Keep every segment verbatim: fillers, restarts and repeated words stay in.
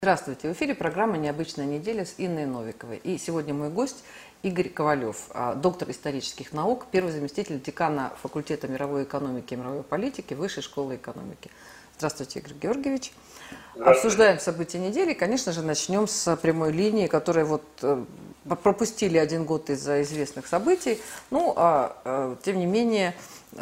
Здравствуйте, в эфире программа «Необычная неделя» с Инной Новиковой. И сегодня мой гость Игорь Ковалев, доктор исторических наук, первый заместитель декана факультета мировой экономики и мировой политики Высшей школы экономики. Здравствуйте, Игорь Георгиевич. Обсуждаем события недели. Конечно же, начнем с прямой линии, которая вот пропустили один год из-за известных событий. Ну, а тем не менее,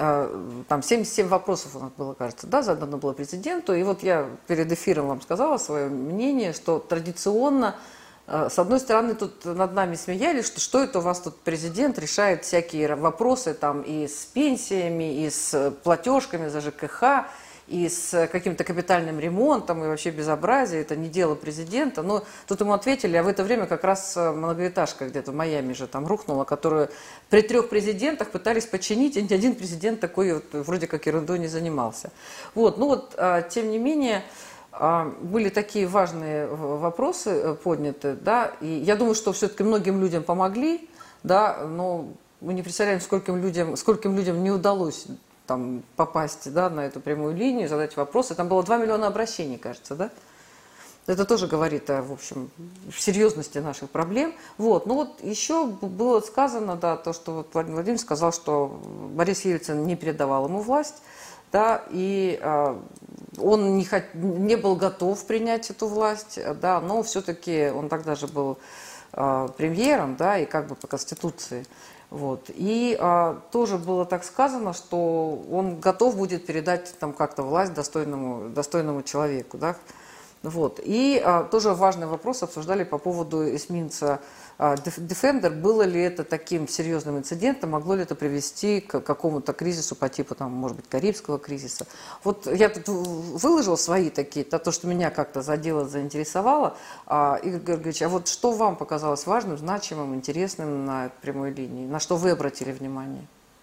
там семьдесят семь вопросов у нас было, кажется, да, задано было президенту. И вот я перед эфиром вам сказала свое мнение, что традиционно, с одной стороны, тут над нами смеялись, что что это у вас тут президент решает всякие вопросы там и с пенсиями, и с платежками за ЖКХ, и с каким-то капитальным ремонтом, и вообще безобразие, это не дело президента. Но тут ему ответили, а в это время как раз многоэтажка где-то в Майами же там рухнула, которую при трех президентах пытались починить, и ни один президент такой вот, вроде как ерундой не занимался. Вот, ну вот, а, тем не менее, а, были такие важные вопросы подняты, да, и я думаю, что все-таки многим людям помогли, да, но мы не представляем, скольким людям, скольким людям не удалось там попасть, да, на эту прямую линию, задать вопросы. Там было два миллиона обращений, кажется, да? Это тоже говорит о, в общем, серьезности наших проблем. Вот. Ну вот еще было сказано, да, то, что вот Владимир Владимирович сказал, что Борис Ельцин не передавал ему власть, да, и э, он не, хот... не был готов принять эту власть, да, но все-таки он тогда же был э, премьером, да, и как бы по Конституции. Вот. И а, тоже было так сказано, что он готов будет передать там как-то власть достойному, достойному человеку. Да? Вот. И а, тоже важный вопрос обсуждали по поводу эсминца а, Defender. Было ли это таким серьезным инцидентом, могло ли это привести к какому-то кризису по типу, там, может быть, Карибского кризиса. Вот я тут выложила свои такие, то, что меня как-то задело, заинтересовало. А, Игорь Георгиевич, а вот что вам показалось важным, значимым, интересным на прямой линии? На что вы обратили внимание?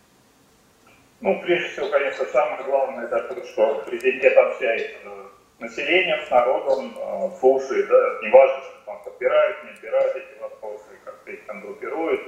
Ну, прежде всего, конечно, самое главное, это то, что президент общается с населением, с народом, слушает, да, не важно, что там подбирают, не отбирают эти вопросы, как-то их там группируют,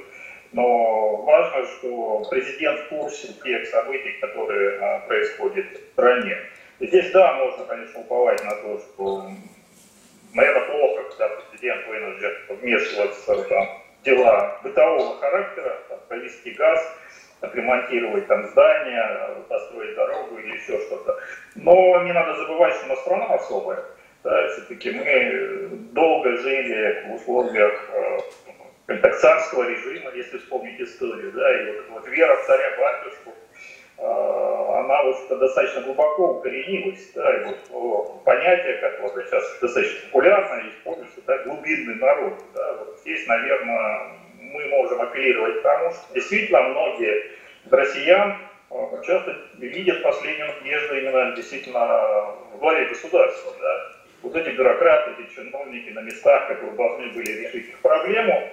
но важно, что президент в курсе тех событий, которые а, происходят в стране. И здесь, да, можно, конечно, уповать на то, что, наверное, плохо, когда президент вынужден вмешиваться там, в дела бытового характера, там, провести газ, отремонтировать там здания, построить дорогу или еще что-то. Но не надо забывать, что у нас страна особая. Да, все-таки мы долго жили в условиях э, так, царского режима, если вспомнить историю. Да, и вот эта вот вера в царя-батюшку, э, она вот достаточно глубоко укоренилась. Да, и вот о, понятие, которое сейчас достаточно популярно используется, да, глубинный народ. Да, вот здесь, наверное, мы можем апеллировать к тому, что действительно многие россиян часто видят последнюю надежду именно действительно в главе государства. Да? Вот эти бюрократы, эти чиновники на местах, которые должны были решить их проблему,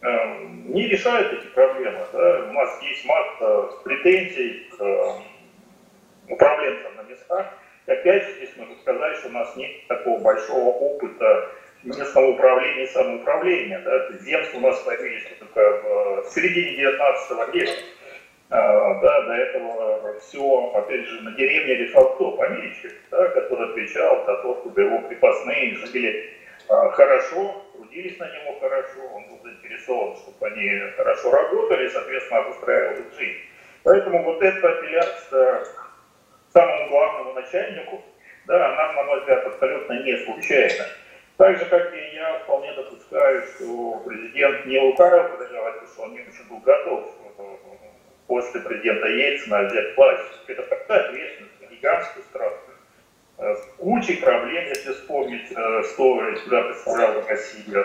не решают эти проблемы. Да? У нас есть масса претензий к управленцам на местах. И опять же здесь нужно сказать, что у нас нет такого большого опыта местного управления и самоуправления. Да? Земства у нас появились только в середине девятнадцатого века. А, да, до этого все, опять же, на деревне решал кто? Помещик, да, который отвечал за то, чтобы его крепостные жили а, хорошо, трудились на него хорошо, он был заинтересован, чтобы они хорошо работали, соответственно, обустраивал их жизнь. Поэтому вот эта апелляция к самому главному начальнику, да, она, на мой взгляд, абсолютно не случайна. Так же, как и я вполне допускаю, что президент не лукавил, когда говорил, что он не очень был готов после президента Ельцина взять власть. Это такая ответственность, гигантскую страшную. С кучей проблем, если вспомнить, что куда представляла Россия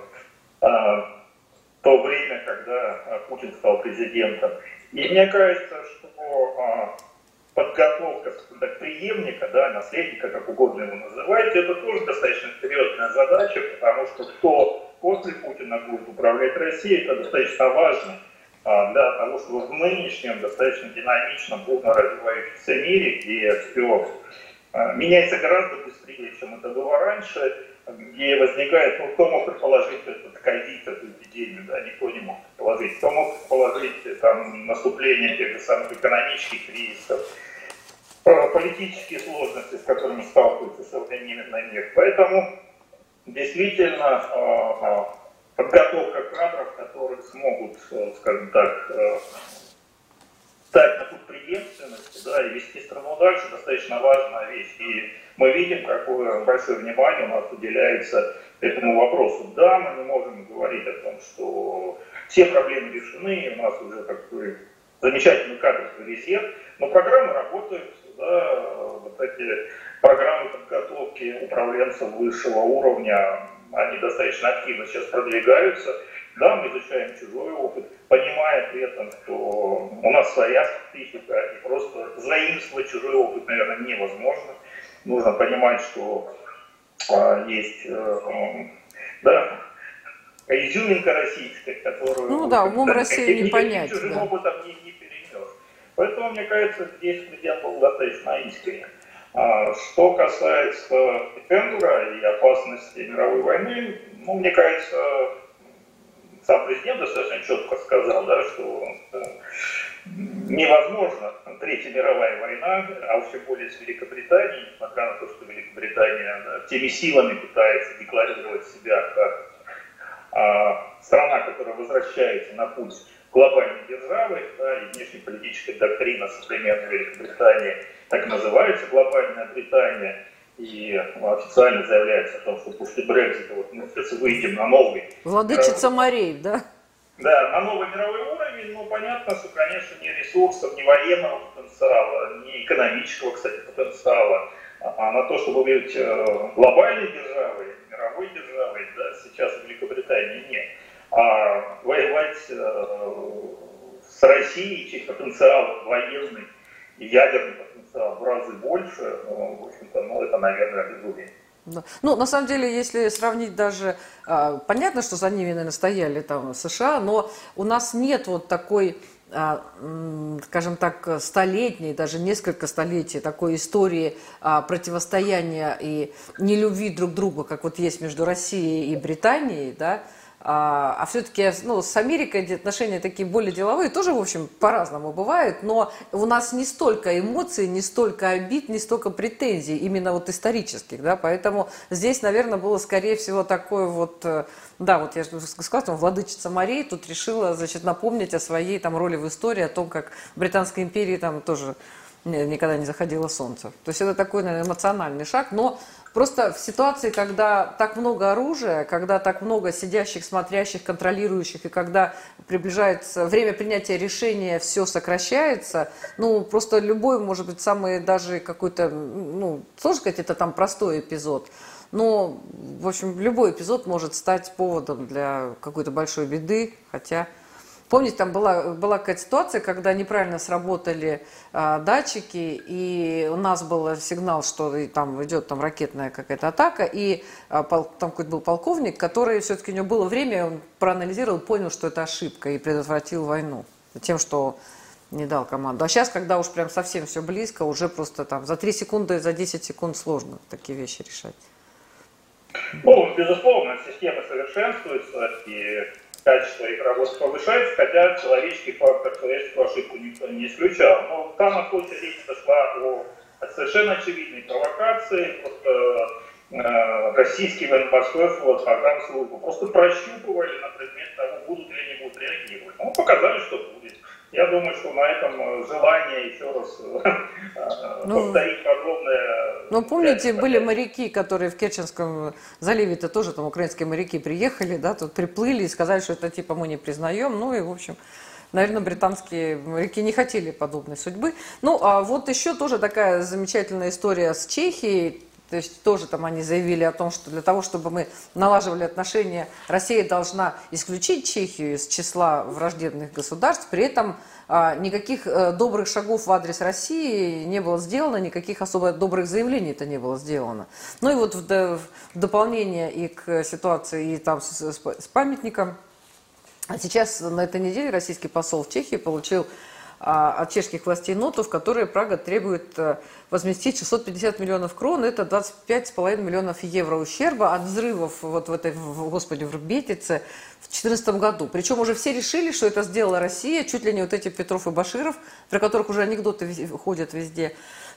в то время, когда Путин стал президентом. И мне кажется, что подготовка так, преемника, да, наследника, как угодно его называть, это тоже достаточно серьезная задача, потому что кто после Путина будет управлять Россией, это достаточно важно а, для того, чтобы в нынешнем достаточно динамичном, бурно развивающемся мире, где все а, меняется гораздо быстрее, чем это было раньше, где возникает, ну, кто мог предположить этот ковид, эту эпидемию, да, никто не мог предположить, кто мог предположить там наступление тех же самых экономических кризисов, политические сложности, с которыми сталкивается современный мир. Поэтому действительно подготовка кадров, которые смогут, скажем так, стать на путь преемственности, да, и вести страну дальше, достаточно важная вещь. И мы видим, какое большое внимание у нас уделяется этому вопросу. Да, мы не можем говорить о том, что все проблемы решены, у нас уже такой замечательный кадровый резерв, но программы работают, да, вот эти программы подготовки управленцев высшего уровня, они достаточно активно сейчас продвигаются. Да, мы изучаем чужой опыт, понимая при этом, что у нас своя специфика, и просто заимствовать чужой опыт, наверное, невозможно. Нужно понимать, что а, есть а, да, изюминка российская, которую ну, да, умом России не понять. Чужим да. опытом не, не перенес. Поэтому, мне кажется, здесь президент был достаточно искренен. А, что касается тендера и опасности мировой войны, ну, мне кажется, сам президент достаточно четко сказал, да, что невозможно Третья мировая война, а уж тем более с Великобританией, несмотря на то, что Великобритания да, теми силами пытается декларировать себя как а, страна, которая возвращается на путь глобальной державы, да, и внешнеполитическая доктрина современной Великобритании так называется глобальная Британия. И официально заявляется о том, что после Брексита вот мы сейчас выйдем на новый... Владычица морей, да? Да, на новый мировой уровень, но понятно, что, конечно, ни ресурсов, ни военного потенциала, ни экономического, кстати, потенциала, а на то, чтобы быть глобальной державой, мировой державой, да, сейчас в Великобритании нет. А воевать с Россией, чей потенциал военный и ядерный потенциал в разы больше, ну, в общем-то, ну, это, наверное, безумие. Да. Ну, на самом деле, если сравнить даже, а, понятно, что за ними, наверное, стояли там США, но у нас нет вот такой, а, скажем так, столетней, даже несколько столетий такой истории а, противостояния и нелюбви друг к другу, как вот есть между Россией и Британией, да. А, а все-таки ну, с Америкой отношения такие более деловые, тоже, в общем, по-разному бывают, но у нас не столько эмоций, не столько обид, не столько претензий, именно вот исторических, да, поэтому здесь, наверное, было, скорее всего, такое вот, да, вот я же сказала, там, владычица морей тут решила, значит, напомнить о своей там роли в истории, о том, как в Британской империи там тоже никогда не заходило солнце. То есть это такой, наверное, эмоциональный шаг, но просто в ситуации, когда так много оружия, когда так много сидящих, смотрящих, контролирующих, и когда приближается время принятия решения, все сокращается, ну, просто любой, может быть, самый даже какой-то, ну, сложно сказать, это там простой эпизод, но, в общем, любой эпизод может стать поводом для какой-то большой беды, хотя... Помните, там была, была какая-то ситуация, когда неправильно сработали а, датчики, и у нас был сигнал, что и там идет там ракетная какая-то атака, и а, пол, там какой-то был полковник, который все-таки у него было время, он проанализировал, понял, что это ошибка, и предотвратил войну тем, что не дал команду. А сейчас, когда уж прям совсем все близко, уже просто там за три секунды, за десять секунд сложно такие вещи решать. Ну, безусловно, система совершенствуется, и качество их работы повышается, хотя человеческий фактор, человеческую ошибку никто не исключал. Но в данном случае речь зашла о совершенно очевидной провокации. Просто, э, российский военно-морской флот, погранслужбу просто прощупывали на предмет того, будут ли они будут реагировать. Ну, показали, что будет. Я думаю, что на этом желание еще раз ну, повторить подробное... Ну, помните, были моряки, которые в Керченском заливе-то тоже там украинские моряки приехали, да, тут приплыли и сказали, что это типа мы не признаем. Ну и, в общем, наверное, британские моряки не хотели подобной судьбы. Ну, а вот еще тоже такая замечательная история с Чехией. То есть тоже там они заявили о том, что для того, чтобы мы налаживали отношения, Россия должна исключить Чехию из числа враждебных государств. При этом а, никаких а, добрых шагов в адрес России не было сделано, никаких особо добрых заявлений это не было сделано. Ну и вот в, в дополнение и к ситуации и там с, с, с памятником. А сейчас на этой неделе российский посол в Чехии получил от чешских властей ноту, в которой Прага требует возместить шестьсот пятьдесят миллионов крон, это двадцать пять с половиной миллионов евро ущерба от взрывов вот в этой, в, господи, в Рбетице в две тысячи четырнадцатом году. Причем уже все решили, что это сделала Россия, чуть ли не вот эти Петров и Баширов, про которых уже анекдоты ходят везде.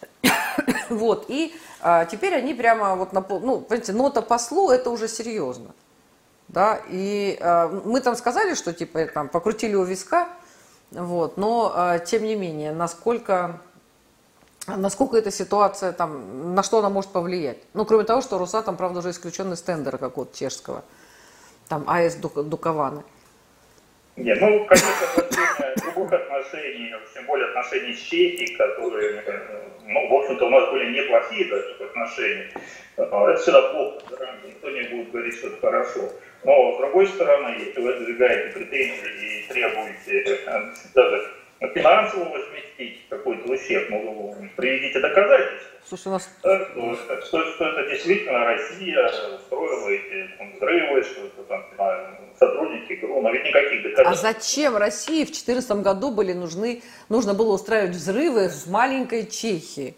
Вот, и а, теперь они прямо вот, на, ну, понимаете, нота послу, это уже серьезно. Да, и а, мы там сказали, что типа там покрутили у виска, вот, но а, тем не менее, насколько, насколько эта ситуация там, на что она может повлиять. Ну, кроме того, что Росатом, правда, уже исключен из тендера какого-то чешского, там АЭС Дукованы. Нет, ну, конечно, отношения, любых отношений, тем более отношений с Чехией, которые, ну, в общем-то, у нас были неплохие даже отношения, это всегда плохо, да? Никто не будет говорить, что это хорошо. Но, с другой стороны, если вы выдвигаете претензии и требуете даже финансово возместить какой-то ущерб, ну, приведите доказательства. Слушай, у нас... Да, что, что, что это действительно Россия устроила эти там, взрывы, что это там, сотрудники ГРУ, но ведь никаких доказательств. А зачем России в две тысячи четырнадцатом году были нужны, нужно было устраивать взрывы в маленькой Чехии?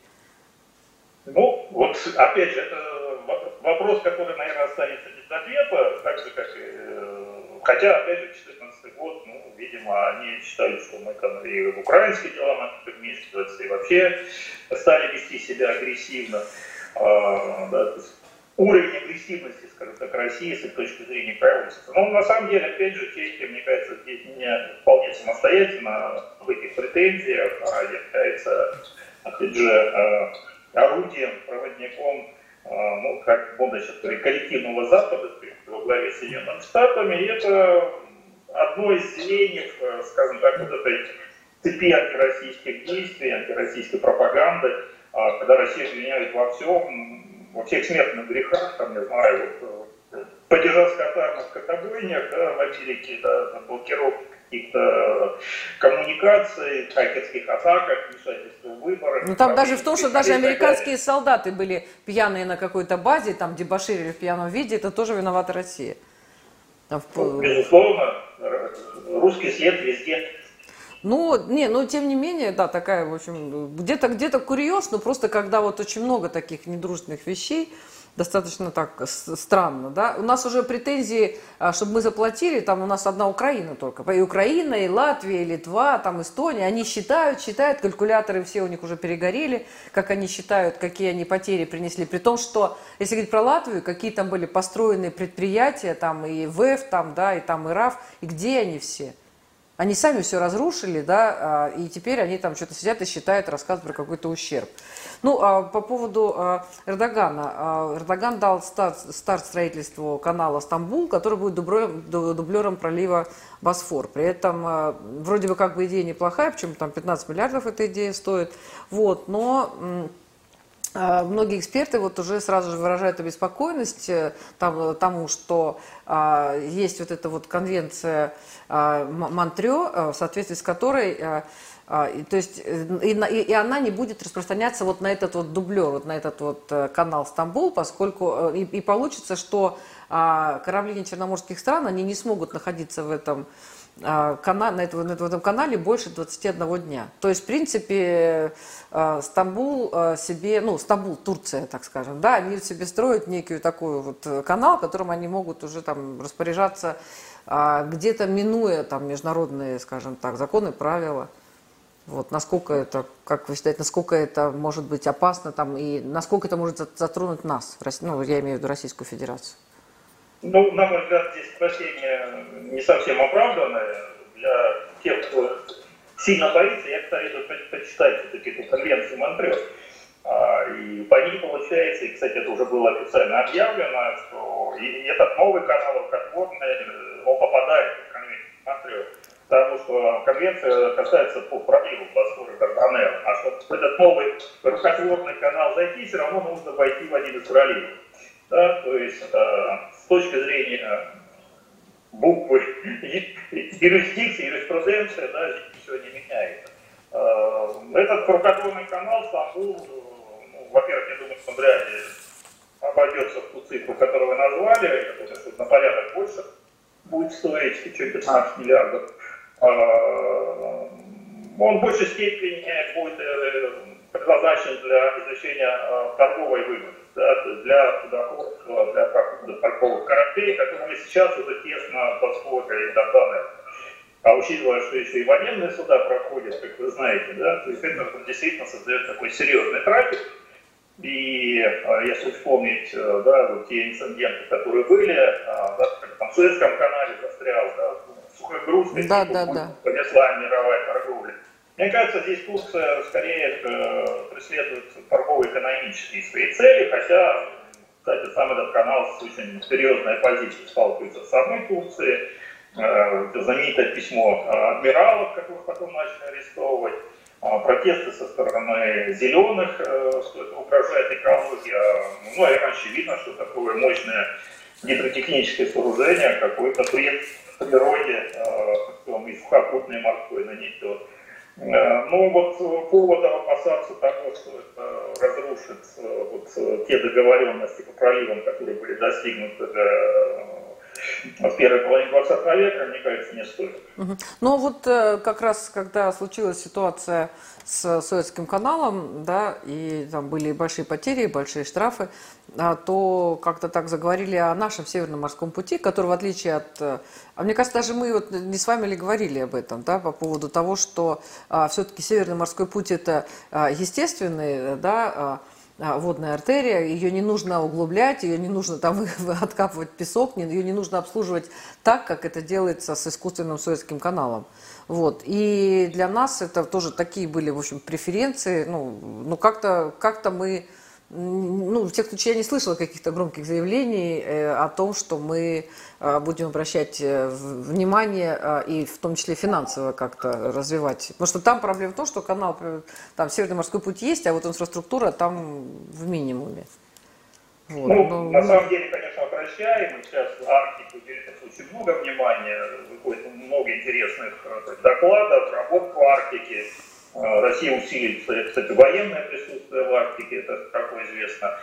Ну, вот опять же, это вопрос, который, наверное, останется без ответа, так же, как и... Хотя, опять же, две тысячи четырнадцатый год, ну, видимо, они считали, что мы там и в украинские дела начали вмешиваться, и вообще стали вести себя агрессивно. А, да, то есть уровень агрессивности, скажем так, России с их точки зрения правительства. Но на самом деле, опять же, Чехия, мне кажется, здесь не вполне самостоятельно в этих претензиях, а является, опять же, орудием, проводником, ну, как можно сейчас говорить, коллективного Запада во главе с Соединенными Штатами, и это одно из звеньев, скажем так, вот этой цепи антироссийских действий, антироссийской пропаганды, когда Россию обвиняют во всем, во всех смертных грехах, там, не знаю, вот, падежа скота на скотобойнях, да, в Америке, да, блокировка каких-то коммуникаций, хакерских атаках, вмешательства в выборы. Ну там даже в том, что даже американские солдаты были пьяные на какой-то базе, там дебоширили в пьяном виде, это тоже виновата Россия. Там, ну, безусловно, русский след везде. Ну, не, но тем не менее, да, такая, в общем, где-то где-то курьез, но просто когда вот очень много таких недружественных вещей, достаточно так странно, да. У нас уже претензии, чтобы мы заплатили, там у нас одна Украина только. И Украина, и Латвия, и Литва, там Эстония, они считают, считают, калькуляторы все у них уже перегорели, как они считают, какие они потери принесли. При том, что, если говорить про Латвию, какие там были построены предприятия, там и ВЭФ, там, да, и там и РАФ, и где они все? Они сами все разрушили, да, и теперь они там что-то сидят и считают, рассказывают про какой-то ущерб. Ну, а по поводу а, Эрдогана. А, Эрдоган дал старт, старт строительству канала Стамбул, который будет дублером, дублером пролива Босфор. При этом а, вроде бы как бы идея неплохая, почему там пятнадцать миллиардов эта идея стоит, вот, но... Многие эксперты вот уже сразу же выражают обеспокоенность там, тому, что а, есть вот эта вот конвенция а, Монтрё, в соответствии с которой, а, а, и, то есть, и, и она не будет распространяться вот на этот вот дублер, вот на этот вот канал Стамбул, поскольку и, и получится, что а, корабли черноморских стран, они не смогут находиться в этом Канал, на, этом, на этом канале больше двадцати одного дня. То есть, в принципе, Стамбул себе, ну, Стамбул, Турция, так скажем, да, они себе строят некий такой вот канал, которым они могут уже там распоряжаться, где-то минуя там международные, скажем так, законы, правила. Вот, насколько это, как вы считаете, насколько это может быть опасно там, и насколько это может затронуть нас, ну, я имею в виду Российскую Федерацию? Ну, на мой взгляд, здесь опасения не совсем оправданное. Для тех, кто сильно боится, я советую почитать все-таки эту конвенцию Монтрё. И по ней получается, и, кстати, это уже было официально объявлено, что и этот новый канал рукотворный, он попадает в конвенцию Монтрё. Потому что конвенция касается по проливу Босфора и Дарданелла. А чтобы в этот новый рукотворный канал зайти, все равно нужно войти в один из проливов. Да, то есть э, с точки зрения буквы юрисдикции, юриспруденции, да, здесь ничего не меняется. Э, этот рукотворный канал Стамбул, ну, во-первых, я думаю, что он вряд ли обойдется в ту цифру, которую вы назвали, я думаю, что на порядок больше будет стоить, чем пятнадцать миллиардов. Э, он в большей степени будет предназначен для изучения торговой выгоды, да, для судоходства, для прохода торговых кораблей, которые сейчас уже тесно подспорили до данных. А учитывая, что еще и военные суда проходят, как вы знаете, да, то есть это действительно создает такой серьезный трафик. И если вспомнить, да, вот те инциденты, которые были, да, там в Суэцком канале застрял, да, сухой груз, да, да, да. понесла мировая торговля. Мне кажется, здесь Турция скорее преследует торгово-экономические свои цели, хотя, кстати, сам этот канал с очень серьезной оппозицией сталкивается с самой Турцией. Знаменитое письмо адмиралов, которых потом начали арестовывать, протесты со стороны зеленых, что это угрожает экологии. Ну, и очевидно, что такое мощное гидротехническое сооружение, какой-то вред природе, и сухопутной морской нанесет. Ну вот поводов опасаться того, что это разрушит вот те договоренности по проливам, которые были достигнуты в первой половине двадцатого века, мне кажется, не стоит. Угу. Ну вот как раз, когда случилась ситуация с Суэцким каналом, да, и там были большие потери, большие штрафы, то как-то так заговорили о нашем Северном морском пути, который, в отличие от... А мне кажется, даже мы вот не с вами ли говорили об этом, да, по поводу того, что а, все-таки Северный морской путь это а, естественный, да, а, водная артерия, ее не нужно углублять, ее не нужно там откапывать песок, ее не нужно обслуживать так, как это делается с искусственным Суэцким каналом. Вот. И для нас это тоже такие были, в общем, преференции. Ну, ну как-то как-то мы... Ну, в тех случаях я не слышала каких-то громких заявлений э, о том, что мы э, будем обращать э, внимание э, и в том числе финансово как-то развивать. Потому что там проблема в том, что канал, там Северный морской путь есть, а вот инфраструктура там в минимуме. Вот. Ну, Но... на самом деле, конечно, обращаем. Сейчас в Арктике уделяется очень много внимания, выходит много интересных докладов, работ по Арктике. Россия усилит, кстати, военное присутствие в Арктике, это широко известно.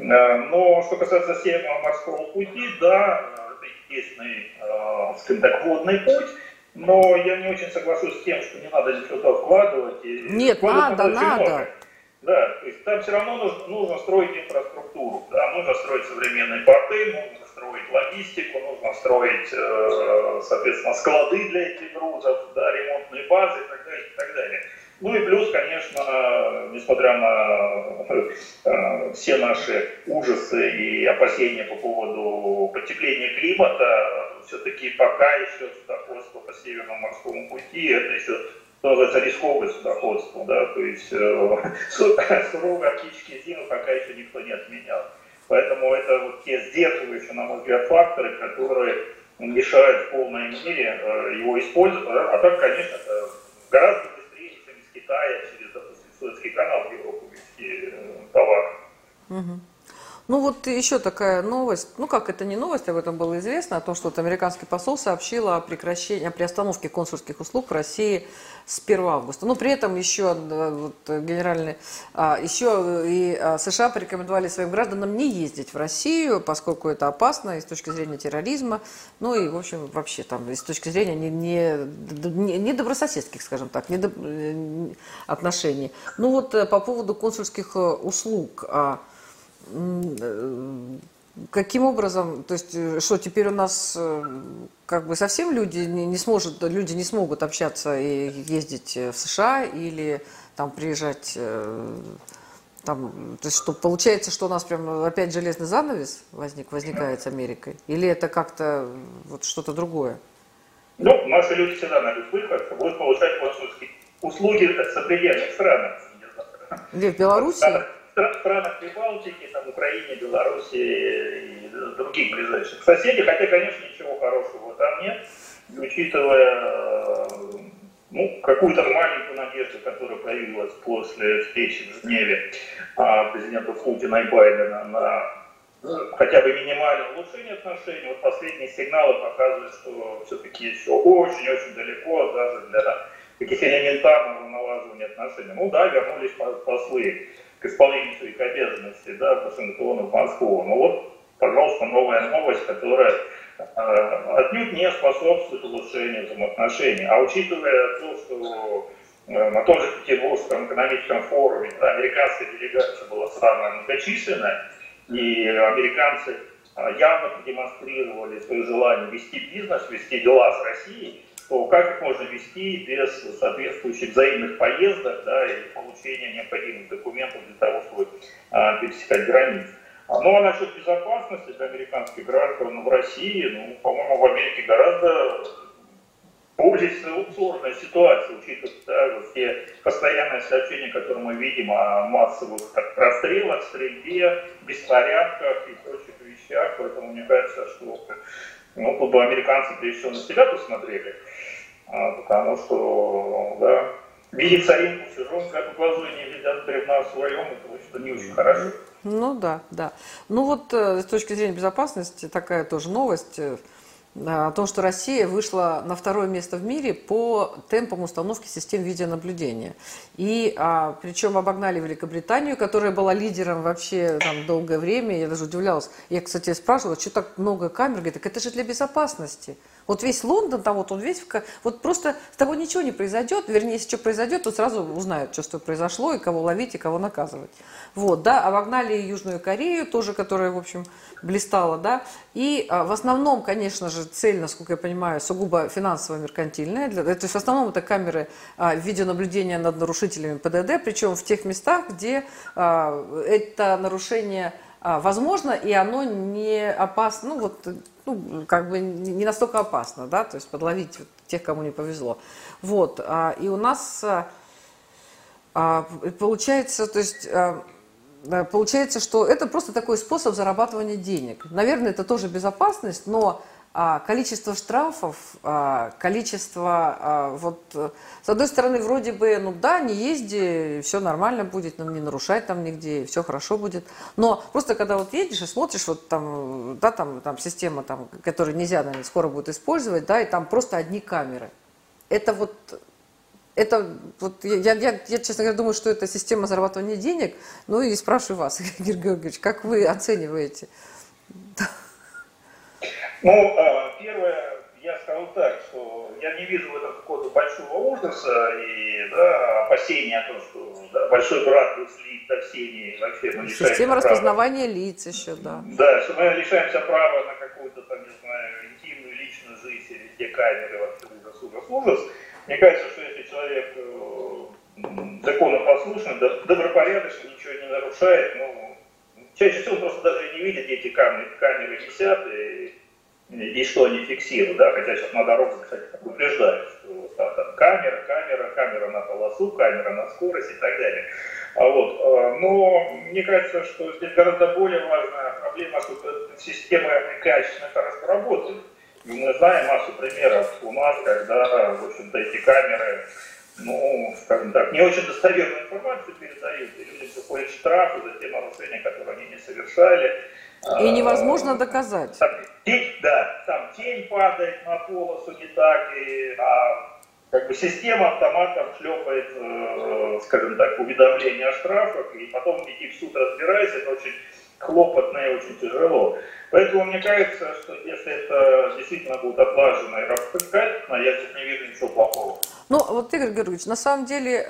Но что касается Северного морского пути, да, это естественный, скажем так, водный путь, но я не очень соглашусь с тем, что не надо ничего туда вкладывать. Нет, надо, надо. Много. Да, то есть там все равно нужно, нужно строить инфраструктуру, да, нужно строить современные порты, нужно строить логистику, нужно строить, соответственно, склады для этих грузов, да, ремонтные базы и так далее, и так далее. Ну и плюс, конечно, несмотря на э, все наши ужасы и опасения по поводу потепления климата, все-таки пока еще судоходство по Северному морскому пути, это еще, что называется, рисковое судоходство, да, то есть э, суровые арктические зимы пока еще никто не отменял. Поэтому это вот те сдерживающие, на мой взгляд, факторы, которые мешают в полной мере э, его использовать. А так, конечно, это гораздо Китая через, допустим, Суэцкий канал в Европу везти товар. Угу. Ну вот еще такая новость, ну как это не новость, об этом было известно, о том, что вот американский посол сообщил о прекращении, о приостановке консульских услуг в России с первого августа. Но при этом еще вот, генеральный, еще и США порекомендовали своим гражданам не ездить в Россию, поскольку это опасно и с точки зрения терроризма, ну и в общем вообще там и с точки зрения не, не, не добрососедских, скажем так, не до, отношений. Ну вот по поводу консульских услуг. Каким образом, то есть, что теперь у нас как бы совсем люди не, не сможет, люди не смогут общаться и ездить в США или там приезжать, там, то есть, что получается, что у нас прям опять железный занавес возник, возникает с Америкой, или это как-то вот что-то другое? Ну, наши люди всегда найдут выход, будут получать консульские услуги в сопредельных странах. Где, в Беларуси? В странах Прибалтики, там, Украине, Беларуси и других ближайших соседей, хотя, конечно, ничего хорошего там нет, и учитывая ну, какую-то маленькую надежду, которая появилась после встречи в Женеве президентов Путина и Байдена на хотя бы минимальное улучшение отношений, вот последние сигналы показывают, что все-таки еще очень-очень далеко даже для таких элементарного налаживания отношений. Ну да, вернулись послы к исполнению своих обязанностей, да, в Вашингтон, в Москву. Ну вот, пожалуйста, новая новость, которая э, отнюдь не способствует улучшению взаимоотношений. А учитывая то, что на том же Петербургском экономическом форуме, да, американская делегация была самая многочисленная, и американцы явно продемонстрировали свое желание вести бизнес, вести дела с Россией, то как их можно вести без соответствующих взаимных поездок, да, и получения необходимых документов для того, чтобы а, пересекать границу. Ну а насчет безопасности для американских граждан в России, ну, по-моему, в Америке гораздо более сложная ситуация, учитывая, да, вот те постоянные сообщения, которые мы видим о массовых расстрелах, стрельбе, беспорядках и прочих вещах. Поэтому мне кажется, что ну, тут бы американцы прежде всего на себя посмотрели, потому что, да, видеть соринку в чужом глазу и не видят бревна в своем, это что не очень хорошо. Ну да, да. Ну вот с точки зрения безопасности такая тоже новость о том, что Россия вышла на второе место в мире по темпам установки систем видеонаблюдения. И а, причем обогнали Великобританию, которая была лидером вообще там долгое время. Я даже удивлялась. Я, кстати, спрашивала, что так много камер? Говорит, так это же для безопасности. Вот весь Лондон, там вот он весь, вот просто с тобой ничего не произойдет, вернее, если что произойдет, то сразу узнают, что, что произошло, и кого ловить, и кого наказывать. Вот, да, обогнали Южную Корею, тоже, которая, в общем, блистала, да, и а, в основном, конечно же, цель, насколько я понимаю, сугубо финансово-меркантильная, для, то есть в основном это камеры а, видеонаблюдения над нарушителями ПДД, причем в тех местах, где а, это нарушение а, возможно, и оно не опасно, ну вот, ну, как бы не настолько опасно, да, то есть подловить вот тех, кому не повезло. Вот, а, и у нас а, получается, то есть, а, получается, что это просто такой способ зарабатывания денег. Наверное, это тоже безопасность, но а, количество штрафов, а, количество, а, вот, с одной стороны, вроде бы, ну да, не езди, все нормально будет, не нарушай там нигде, все хорошо будет. Но просто когда вот едешь и смотришь, вот там, да, там, там система, там, которую нельзя, наверное, скоро будет использовать, да, и там просто одни камеры. Это вот, это вот, я, я, я, честно говоря, думаю, что это система зарабатывания денег. Ну и спрашиваю вас, Игорь Георгиевич, как вы оцениваете? Ну, первое, я скажу так, что я не вижу в этом какого-то большого ужаса и, да, опасения о том, что, да, большой брат будет следить за всеми, вообще мы лишаемся Система права. распознавания лиц еще, да. Да, что мы лишаемся права на какую-то там, не знаю, интимную личную жизнь или те камеры, вообще ужас, ужас, ужас. Мне кажется, что если человек законопослушный, добропорядочный, ничего не нарушает, ну, чаще всего он просто даже не видит, где эти камеры, камеры висят и и что они фиксируют, да, хотя сейчас на дорогах, кстати, упреждают, что там, там камера, камера, камера на полосу, камера на скорость и так далее. А вот, но мне кажется, что здесь гораздо более важная проблема, что системы качественно хорошо работают. Мы знаем массу примеров у нас, когда, в общем-то, эти камеры, ну, скажем так, не очень достоверную информацию передают, и людям приходят штрафы за те нарушения, которые они не совершали. И невозможно доказать. Там, тень, да, там тень падает на полосу не так, и а, как бы система автоматом шлепает, э, скажем так, уведомления о штрафах, и потом идти в суд разбираясь, это очень хлопотно и очень тяжело. Поэтому мне кажется, что если это действительно будет отлажено и распускательно, я здесь не вижу ничего плохого. Ну, вот, Игорь Георгиевич, на самом деле,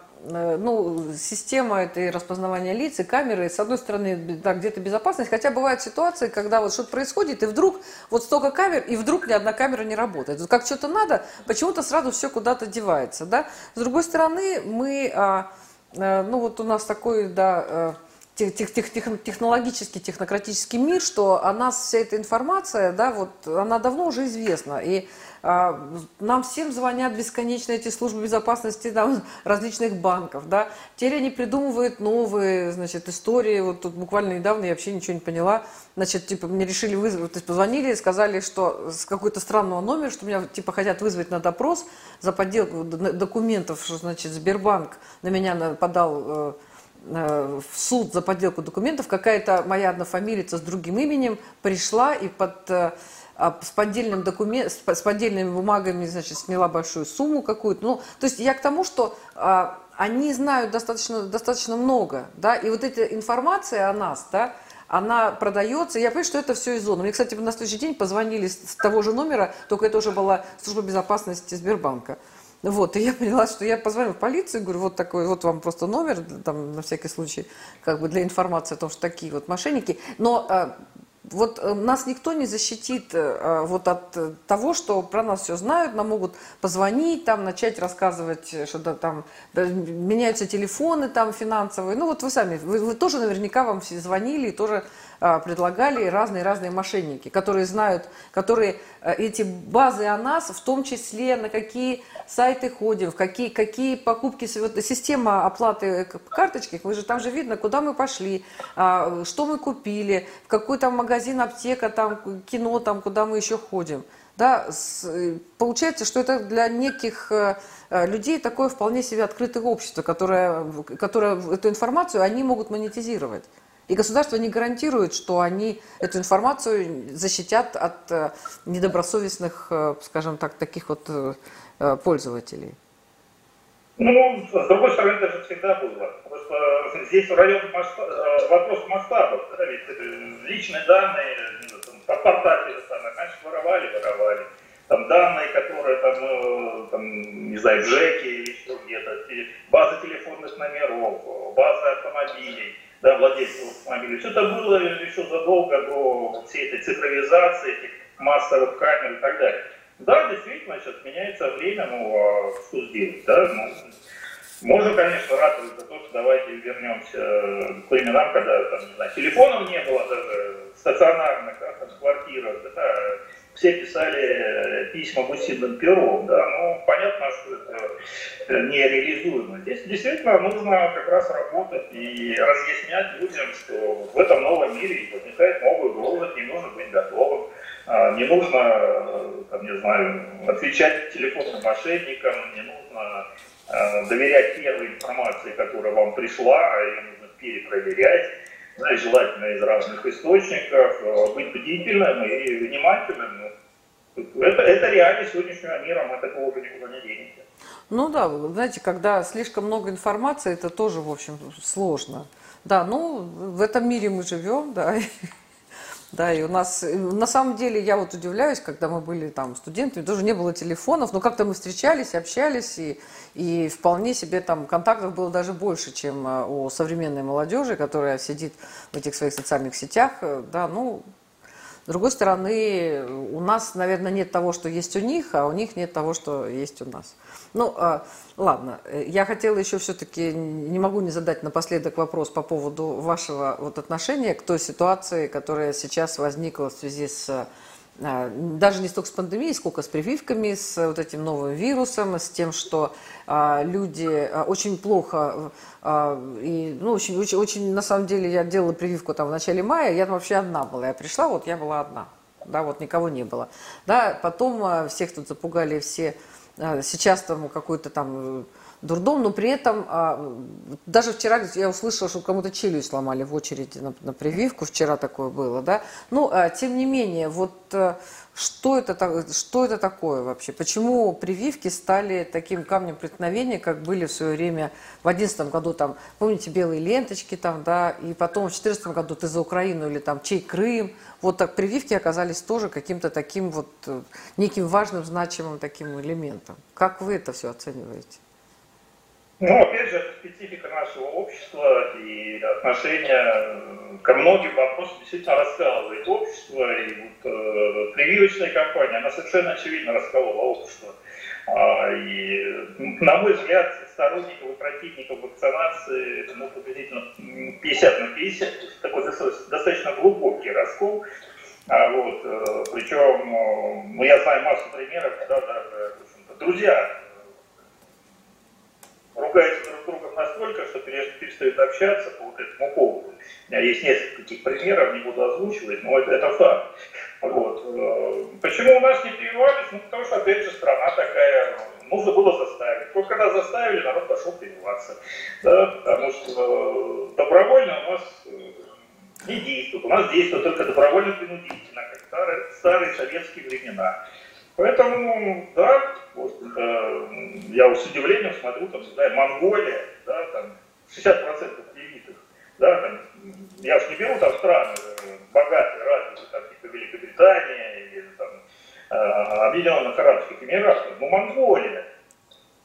ну, система этой распознавания лиц и камеры, с одной стороны, да, где-то безопасность, хотя бывают ситуации, когда вот что-то происходит, и вдруг вот столько камер, и вдруг ни одна камера не работает. Вот как что-то надо, почему-то сразу все куда-то девается, да. С другой стороны, мы, ну, вот у нас такой, да, технологический, технократический мир, что о нас вся эта информация, да, вот, она давно уже известна, и а, нам всем звонят бесконечно эти службы безопасности там, различных банков, да, теперь они придумывают новые, значит, истории, вот тут буквально недавно я вообще ничего не поняла, значит, типа, мне решили вызвать, то есть позвонили и сказали, что с какой-то странного номера, что меня, типа, хотят вызвать на допрос за подделку документов, что, значит, Сбербанк на меня подал в суд за подделку документов, какая-то моя однофамилица с другим именем пришла и под, с, поддельным документ, с поддельными бумагами, значит, сняла большую сумму какую-то. Ну, то есть я к тому, что а, они знают достаточно, достаточно много, да, и вот эта информация о нас, да, она продается. Я понимаю, что это все из зоны. Мне, кстати, на следующий день позвонили с того же номера, только это уже была служба безопасности Сбербанка. Вот, и я поняла, что я позвонила в полицию, говорю, вот такой, вот вам просто номер, там, на всякий случай, как бы для информации о том, что такие вот мошенники. Но а, вот а, нас никто не защитит а, вот от того, что про нас все знают, нам могут позвонить, там, начать рассказывать, что да, там да, меняются телефоны там финансовые. Ну вот вы сами, вы, вы тоже наверняка вам все звонили и тоже а, предлагали разные-разные мошенники, которые знают, которые а, эти базы о нас, в том числе на какие сайты ходим, в какие, какие покупки, вот, система оплаты карточки, вы же там же видно, куда мы пошли, а, что мы купили, в какой там магазин, аптека, там, кино, там, куда мы еще ходим. Да, с, получается, что это для неких э, людей такое вполне себе открытое общество, которое, которое эту информацию они могут монетизировать. И государство не гарантирует, что они эту информацию защитят от э, недобросовестных, э, скажем так, таких вот э, пользователей. Ну, с другой стороны, это же всегда было. Просто здесь район масштаб, вопрос масштабов. Да, ведь личные данные, там, портативы, раньше воровали, воровали. Там данные, которые там, там, не знаю, в ЖЭКе или еще где-то, базы телефонных номеров, базы автомобилей, да, владельцев автомобилей. Все это было еще задолго до всей этой цифровизации, этих массовых камер и так далее. Да, действительно, сейчас меняется время, ну, что сделать, да, ну, можно, конечно, радоваться за то, что давайте вернемся к временам, когда, там, не знаю, телефонов не было даже стационарных, да, там, в квартирах, да, все писали письма гусиным пером, да, ну, понятно, что это нереализуемо. Здесь действительно нужно как раз работать и разъяснять людям, что в этом новом мире возникает новый голод, не нужно быть готовым. Не нужно, там, не знаю, отвечать телефонным мошенникам, не нужно э, доверять первой информации, которая вам пришла, а ее нужно перепроверять, да, желательно из разных источников, э, быть бдительным и внимательным. Это, это реалии сегодняшнего мира, мы такого уже никуда не денемся. Ну да, знаете, когда слишком много информации, это тоже, в общем, сложно. Да, ну, в этом мире мы живем, да. Да, и у нас, на самом деле, я вот удивляюсь, когда мы были там студентами, тоже не было телефонов, но как-то мы встречались, общались, и, и вполне себе там контактов было даже больше, чем у современной молодежи, которая сидит в этих своих социальных сетях, да, ну, с другой стороны, у нас, наверное, нет того, что есть у них, а у них нет того, что есть у нас. Ну, ладно, я хотела еще все-таки, не могу не задать напоследок вопрос по поводу вашего вот отношения к той ситуации, которая сейчас возникла в связи с, даже не столько с пандемией, сколько с прививками, с вот этим новым вирусом, с тем, что люди очень плохо, и, ну, очень, очень, очень, на самом деле, я делала прививку там в начале мая, я там вообще одна была, я пришла, вот я была одна, да, вот никого не было, да, потом всех тут запугали все. Сейчас там какой-то там дурдом, но при этом даже вчера я услышала, что кому-то челюсть сломали в очереди на, на прививку, вчера такое было, да. Ну, тем не менее, вот что это, что это такое вообще? Почему прививки стали таким камнем преткновения, как были в свое время в одиннадцатом году, там, помните, белые ленточки там, да, и потом в четырнадцатом году ты за Украину или там чей Крым, вот так прививки оказались тоже каким-то таким вот неким важным, значимым таким элементом. Как вы это все оцениваете? Ну, опять же, это специфика нашего общества и отношение ко многим вопросам действительно раскалывает общество. И вот э, прививочная кампания, она совершенно очевидно расколола общество. А, и, на мой взгляд, сторонников и противников вакцинации, ну, приблизительно пятьдесят на пятьдесят, такой достаточно глубокий раскол. А, вот, э, причем, ну, я знаю массу примеров, когда даже, в общем-то, друзья ругаются друг с другом настолько, что перестают общаться по вот этому поводу. У меня есть несколько таких примеров, не буду озвучивать, но это, это факт. Вот. Почему у нас не прививались? Ну, потому что, опять же, страна такая, нужно было заставить. Вот когда заставили, народ пошел прививаться. Да? Потому что добровольно у нас не действует. У нас действует только добровольно-принудительно, как старые, старые советские времена. Поэтому, да, вот, э, я с удивлением смотрю, там, не знаю, Монголия, да, там, шестьдесят процентов привитых, да, там, я уж не беру там страны богатые, развитые, там, типа Великобритания или там, э, Объединенных Арабских Эмиратов, но Монголия,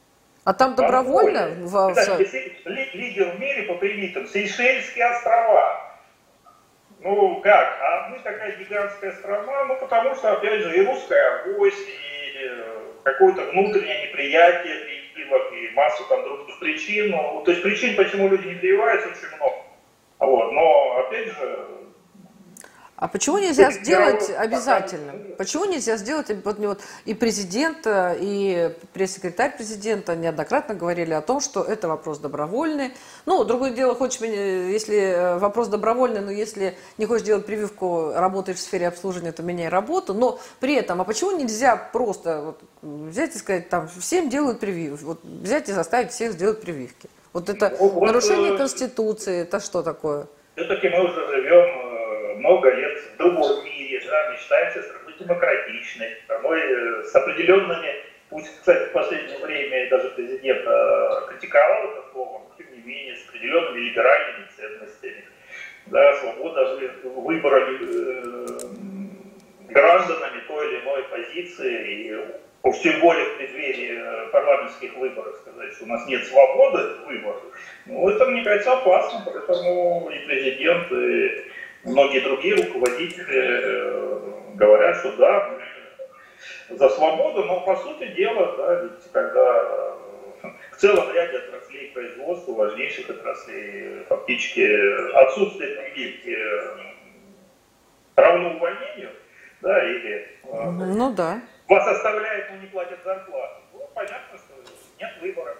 А там добровольно? В... Кстати, лидер в мире по привитым Сейшельские острова. Ну как, а мы такая гигантская страна, ну потому что, опять же, и русская авось, и какое-то внутреннее неприятие прививок, и массу там других причин. Ну, то есть причин, почему люди не прививаются, очень много. Вот, но, опять же... А почему нельзя сделать обязательно? Почему нельзя сделать, вот, вот и президент, и пресс-секретарь президента неоднократно говорили о том, что это вопрос добровольный. Ну, другое дело, хочешь, если вопрос добровольный, но если не хочешь делать прививку, работаешь в сфере обслуживания, то меняй работу. Но при этом, а почему нельзя просто вот, взять и сказать, там, всем делают прививки, вот, взять и заставить всех сделать прививки? Вот это вот, нарушение Конституции, это что такое? Все-таки мы уже живем много лет в другом мире, да, мечтаемся страной демократичной, страной с определенными, пусть, кстати, в последнее время даже президент э, критиковал это слово, но тем не менее, с определенными либеральными ценностями, да, свобода выбора э, гражданами той или иной позиции, и уж тем более в преддверии парламентских выборов сказать, что у нас нет свободы выбора, ну, это, мне кажется, опасно, поэтому и президент, и многие другие руководители говорят, что да, мы за свободу, но по сути дела, да, ведь когда в целом ряде отраслей производства, важнейших отраслей, фактически отсутствие прививки равно увольнению, да, или ну, да. вас оставляют, но не платят зарплату, ну, понятно, что нет выбора.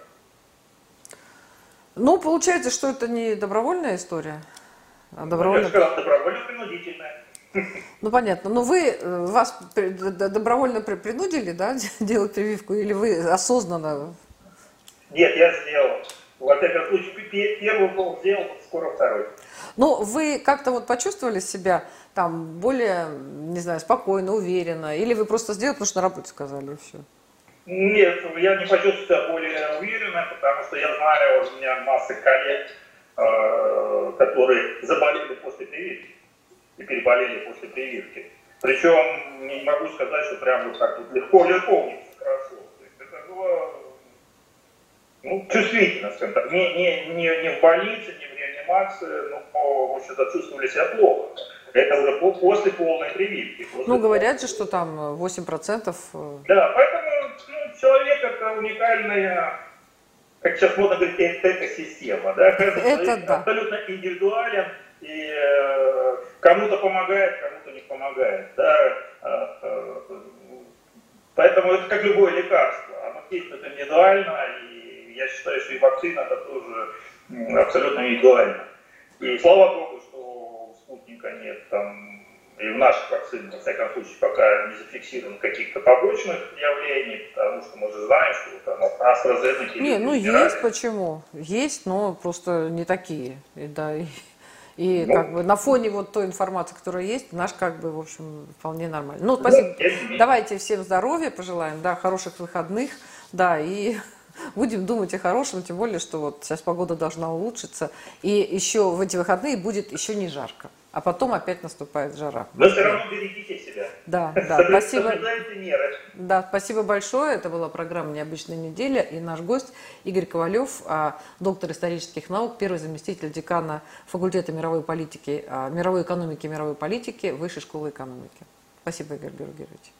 Ну, получается, что это не добровольная история? А добровольно... Я сказал, добровольно-принудительная. Ну, понятно. Но вы, вас добровольно принудили, да, делать прививку, или вы осознанно? Нет, я сделал. Во всяком случае, первый был сделал, скоро второй. Ну, вы как-то вот почувствовали себя там более, не знаю, спокойно, уверенно, или вы просто сделали, потому что на работе сказали, и все? Нет, я не почувствовал себя более уверенно, потому что я знаю, у меня масса коллег, которые заболели после прививки и переболели после прививки. Причем не могу сказать, что прям вот так вот легко-легко у них хорошо. То есть это было ну, чувствительно, скажем так. Не, не, не, не в больнице, не в реанимации, но в общем-то чувствовали себя плохо. Это уже после полной прививки. После ну, говорят же, что там восемь процентов. Да, поэтому ну, человек это уникальная, как сейчас модно говорить, экосистема, да, это да. Абсолютно индивидуален, и э, кому-то помогает, кому-то не помогает, да, э, э, поэтому это как любое лекарство, оно действует индивидуально, и я считаю, что и вакцина это тоже абсолютно индивидуально. И слава богу, что у спутника нет там, и в наших вакцинах, во всяком случае, пока не зафиксировано каких-то побочных явлений, потому что мы же знаем, что там AstraZeneca... Не, ну есть почему. Есть, но просто не такие. И, да, и, и ну, как бы на фоне вот той информации, которая есть, наш как бы, в общем, вполне нормально. Ну, спасибо. Ну, давайте всем здоровья пожелаем, да, хороших выходных, да, и... Будем думать о хорошем, тем более, что вот сейчас погода должна улучшиться. И еще в эти выходные будет еще не жарко. А потом опять наступает жара. Но все равно берегите себя. Да, да, спасибо. Меры. Да, спасибо большое. Это была программа «Необычная неделя». И наш гость Игорь Ковалев, доктор исторических наук, первый заместитель декана факультета мировой политики, мировой экономики и мировой политики Высшей школы экономики. Спасибо, Игорь Георгиевич.